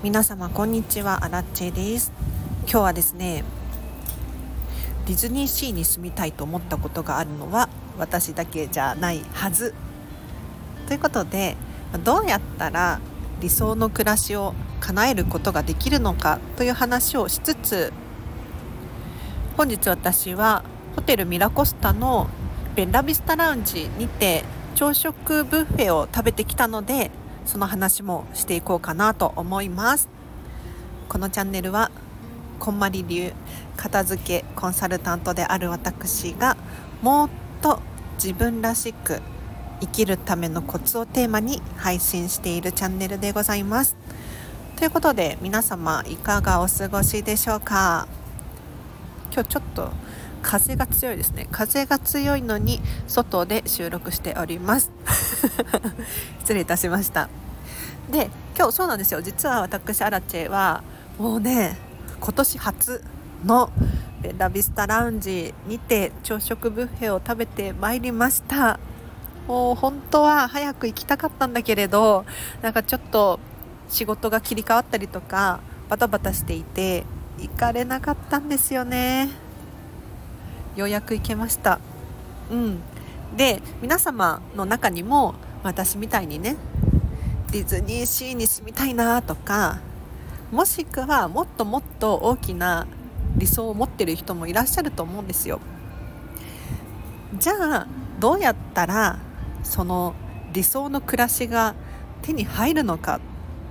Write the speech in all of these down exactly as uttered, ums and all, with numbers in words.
皆様こんにちは、アラッチェです。今日はですね、ディズニーシーに住みたいと思ったことがあるのは私だけじゃないはずということで、どうやったら理想の暮らしを叶えることができるのかという話をしつつ、本日私はホテルミラコスタのベンラビスタラウンジにて朝食ブッフェを食べてきたので、その話もしていこうかなと思います。このチャンネルはこんまり流片付けコンサルタントである私がもっと自分らしく生きるためのコツをテーマに配信しているチャンネルでございます。ということで、皆様いかがお過ごしでしょうか。今日ちょっと風が強いですね。風が強いのに外で収録しております失礼いたしました。で、今日そうなんですよ。実は私アラチェはもうね、今年初のベラビスタラウンジにて朝食ブッフェを食べてまいりました。もう本当は早く行きたかったんだけれど、なんかちょっと仕事が切り替わったりとかバタバタしていて行かれなかったんですよね。ようやく行けました。うん。で、皆様の中にも私みたいにね、ディズニーシーに住みたいなとか、もしくはもっともっと大きな理想を持っている人もいらっしゃると思うんですよ。じゃあどうやったらその理想の暮らしが手に入るのか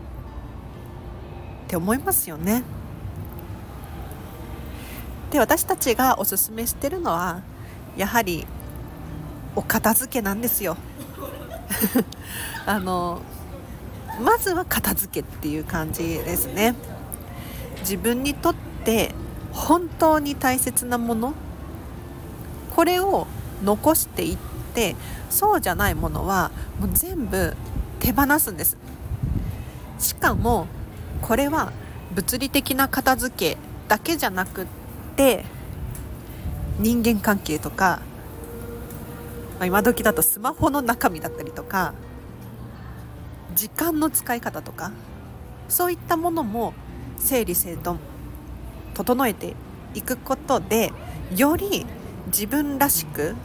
って思いますよね。で、私たちがおすすめしてるのはやはりお片付けなんですよあのまずは片付けっていう感じですね。自分にとって本当に大切なもの、これを残していって、そうじゃないものはもう全部手放すんです。しかもこれは物理的な片付けだけじゃなくって、人間関係とか、まあ、今時だとスマホの中身だったりとか、時間の使い方とか、そういったものも整理整頓整えていくことで、より自分らしく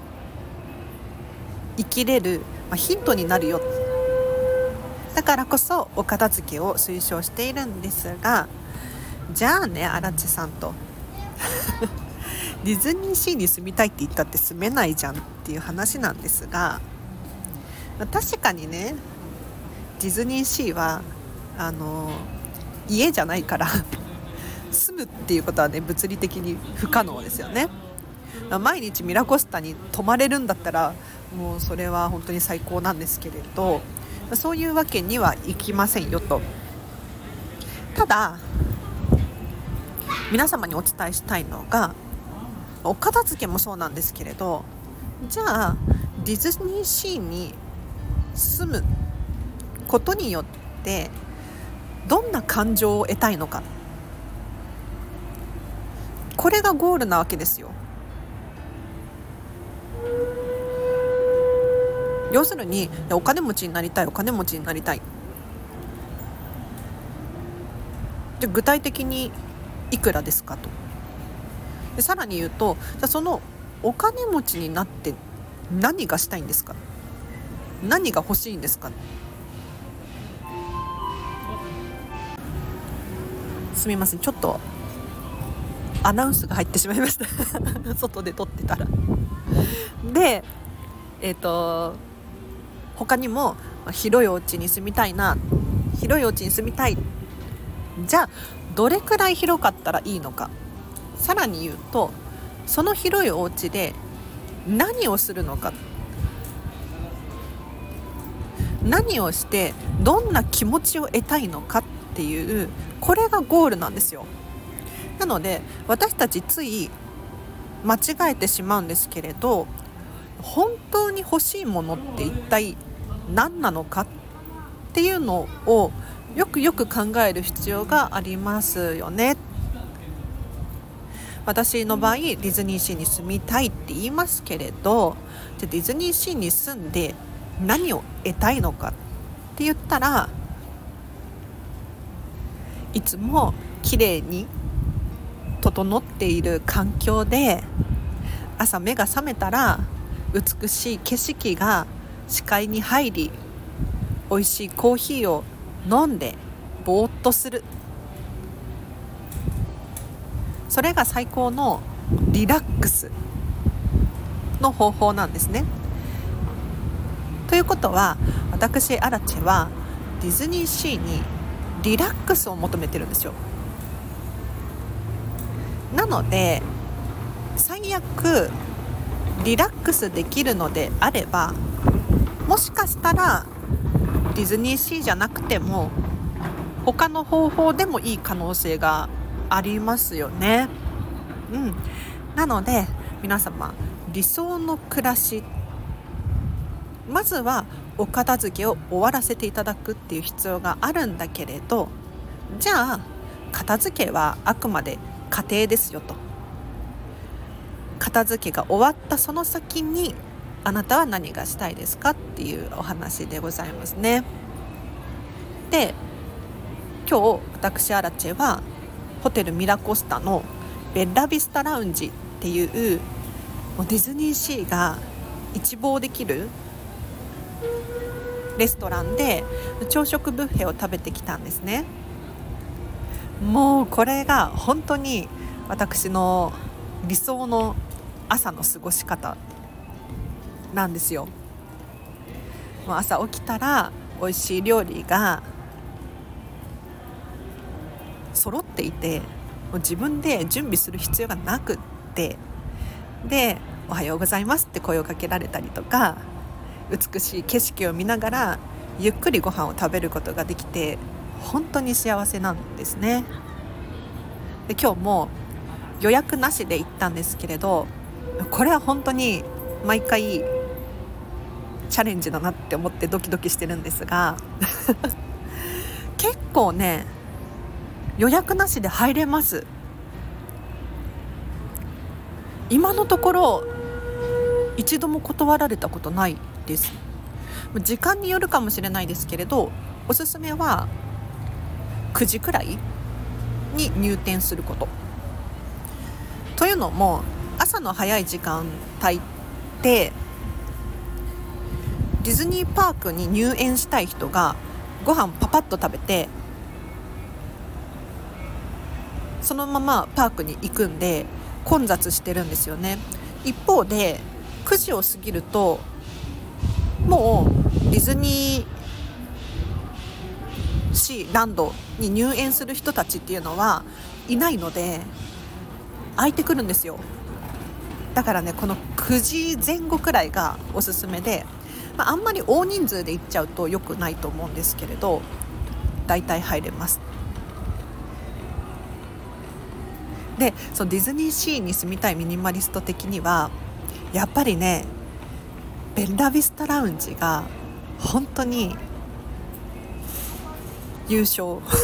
生きれる、まあ、ヒントになるよ。だからこそお片付けを推奨しているんですが、じゃあね、アラチさんとディズニーシーに住みたいって言ったって住めないじゃんっていう話なんですが、確かにね、ディズニーシーはあの家じゃないから住むっていうことはね、物理的に不可能ですよね。毎日ミラコスタに泊まれるんだったらもうそれは本当に最高なんですけれど、そういうわけにはいきませんよと。ただ皆様にお伝えしたいのが、お片付けもそうなんですけれど、じゃあディズニーシーに住むことによってどんな感情を得たいのか、これがゴールなわけですよ。要するにお金持ちになりたいお金持ちになりたいで、具体的にいくらですかと。で、さらに言うと、じゃあそのお金持ちになって何がしたいんですか、何が欲しいんですか。すみません、ちょっとアナウンスが入ってしまいました外で撮ってたら。で、えっと他にも広いお家に住みたいな、広いお家に住みたい。じゃあどれくらい広かったらいいのか。さらに言うと、その広いお家で何をするのか、何をしてどんな気持ちを得たいのかっていう、これがゴールなんですよ。なので私たちつい間違えてしまうんですけれど、本当に欲しいものって一体何なのかっていうのをよくよく考える必要がありますよね。私の場合ディズニーシーに住みたいって言いますけれど、じゃあディズニーシーに住んで何を得たいのかって言ったら、 いつも綺麗に整っている環境で、朝目が覚めたら美しい景色が視界に入り、美味しいコーヒーを飲んでぼーっとする、それが最高のリラックスの方法なんですね。ということは、私アラチェはディズニーシーにリラックスを求めてるんですよ。なので最悪リラックスできるのであれば、もしかしたらディズニーシーじゃなくても他の方法でもいい可能性がありますよね。うん、なので皆様、理想の暮らし、まずはお片付けを終わらせていただくっていう必要があるんだけれど、じゃあ片付けはあくまで過程ですよと。片付けが終わったその先にあなたは何がしたいですかっていうお話でございますね。で、今日私アラチェはホテルミラコスタのベッラビスタラウンジっていうもうディズニーシーが一望できるレストランで朝食ブッフェを食べてきたんですね。もうこれが本当に私の理想の朝の過ごし方なんですよ。もう朝起きたら美味しい料理が揃っていて、もう自分で準備する必要がなくって、でおはようございますって声をかけられたりとか、美しい景色を見ながらゆっくりご飯を食べることができて、本当に幸せなんですね。で、今日も予約なしで行ったんですけれど、これは本当に毎回チャレンジだなって思ってドキドキしてるんですが結構ね、予約なしで入れます。今のところ一度も断られたことないです。時間によるかもしれないですけれど、おすすめはくじくらいに入店すること。というのも、朝の早い時間帯ってディズニーパークに入園したい人がご飯パパッと食べてそのままパークに行くんで混雑してるんですよね。一方でくじを過ぎるともうディズニーシーランドに入園する人たちっていうのはいないので空いてくるんですよ。だからね、このくじぜん後くらいがおすすめで、まあ、あんまり大人数で行っちゃうと良くないと思うんですけれど、だいたい入れます。で、そのディズニーシーに住みたいミニマリスト的にはやっぱりね、ベッラビスタラウンジが本当に優勝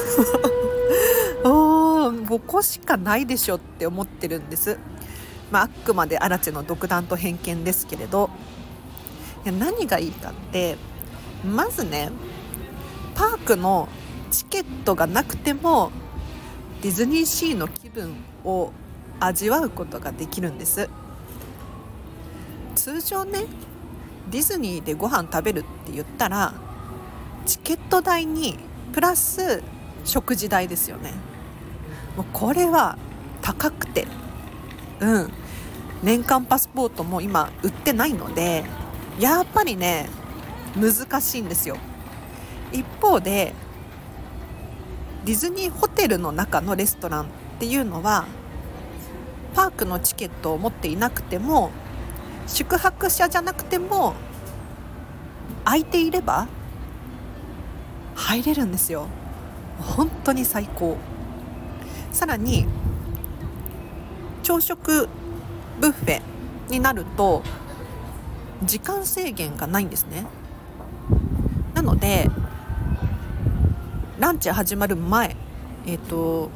おー、ここしかないでしょって思ってるんです。まあ、あくまでアラチェの独断と偏見ですけれど、いや何がいいかって、まずね、パークのチケットがなくてもディズニーシーの気分を味わうことができるんです。通常ね、ディズニーでご飯食べるって言ったらチケット代にプラス食事代ですよね。もうこれは高くて、うん年間パスポートも今売ってないので、やっぱりね難しいんですよ。一方でディズニーホテルの中のレストランっていうのはパークのチケットを持っていなくても、宿泊者じゃなくても空いていれば入れるんですよ。本当に最高。さらに朝食ブッフェになると時間制限がないんですね。なのでランチ始まる前、えーと、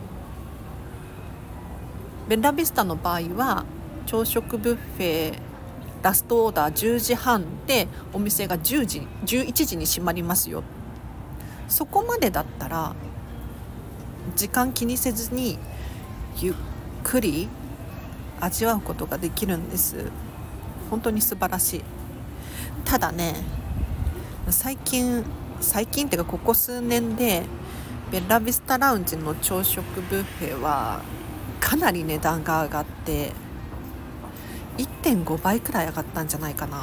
ベッラビスタの場合は朝食ブッフェラストオーダーじゅうじはんでお店がじゅうじ、じゅういちじに閉まりますよ。そこまでだったら時間気にせずにゆっくり味わうことができるんです。本当に素晴らしい。ただね、最近最近っていうかここ数年でベラビスタラウンジの朝食ブッフェはかなり値段が上がって いってんご 倍くらい上がったんじゃないかな。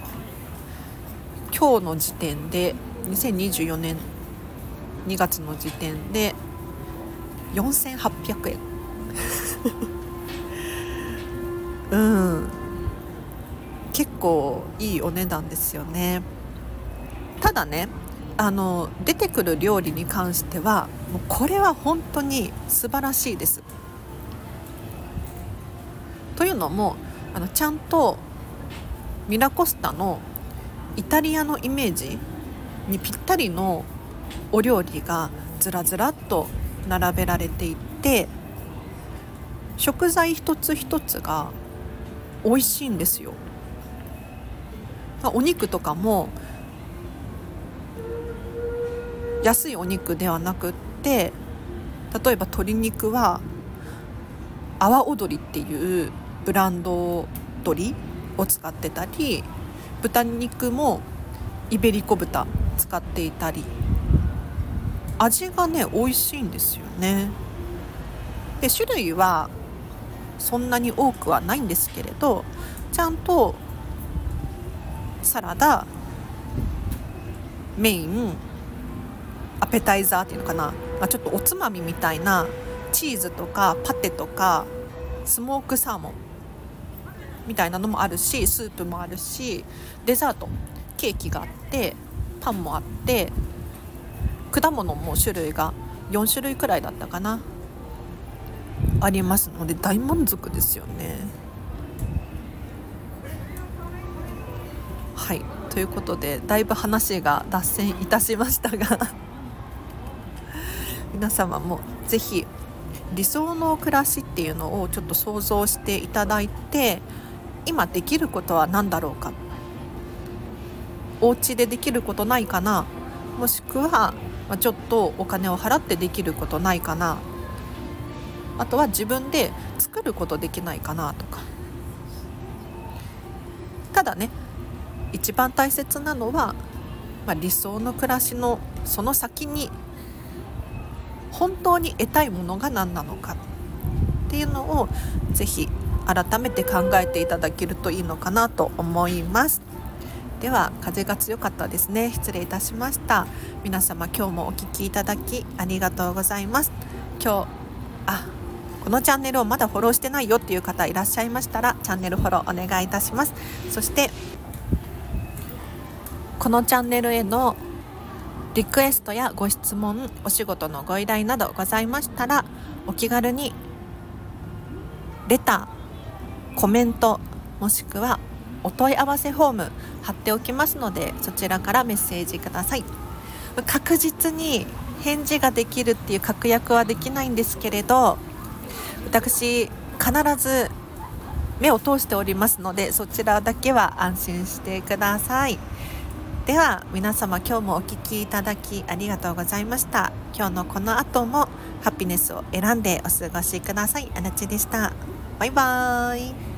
今日の時点でにせんにじゅうよねんにがつの時点でよんせんはっぴゃくえんうん結構いいお値段ですよね。ただね、あの出てくる料理に関してはもうこれは本当に素晴らしいです。というのもあのちゃんとミラコスタのイタリアのイメージにぴったりのお料理がずらずらっと並べられていて、食材一つ一つが美味しいんですよ。お肉とかも安いお肉ではなくって、例えば鶏肉は阿波踊りっていうブランド鶏を使ってたり、豚肉もイベリコ豚使っていたり、味がね美味しいんですよね。で種類はそんなに多くはないんですけれど、ちゃんとサラダ、メイン、アペタイザーっていうのかな、まあ、ちょっとおつまみみたいなチーズとかパテとかスモークサーモンみたいなのもあるし、スープもあるし、デザートケーキがあってパンもあって、果物も種類がよん種類くらいだったかなありますので大満足ですよね。はい、ということでだいぶ話が脱線いたしましたが皆様もぜひ理想の暮らしっていうのをちょっと想像していただいて、今できることは何だろうか、お家でできることないかな、もしくはちょっとお金を払ってできることないかな、あとは自分で作ることできないかなとか。ただね、一番大切なのは、まあ、理想の暮らしのその先に本当に得たいものが何なのかっていうのをぜひ改めて考えていただけるといいのかなと思います。では風が強かったですね。失礼いたしました。皆様今日もお聞きいただきありがとうございます。今日あこのチャンネルをまだフォローしてないよっていう方いらっしゃいましたらチャンネルフォローお願いいたします。そしてこのチャンネルへのリクエストやご質問、お仕事のご依頼などございましたらお気軽にレター、コメント、もしくはお問い合わせフォーム貼っておきますので、そちらからメッセージください。確実に返事ができるっていう確約はできないんですけれど、私必ず目を通しておりますので、そちらだけは安心してください。では皆様今日もお聞きいただきありがとうございました。今日のこの後もハピネスを選んでお過ごしください。あらちでした。バイバーイ。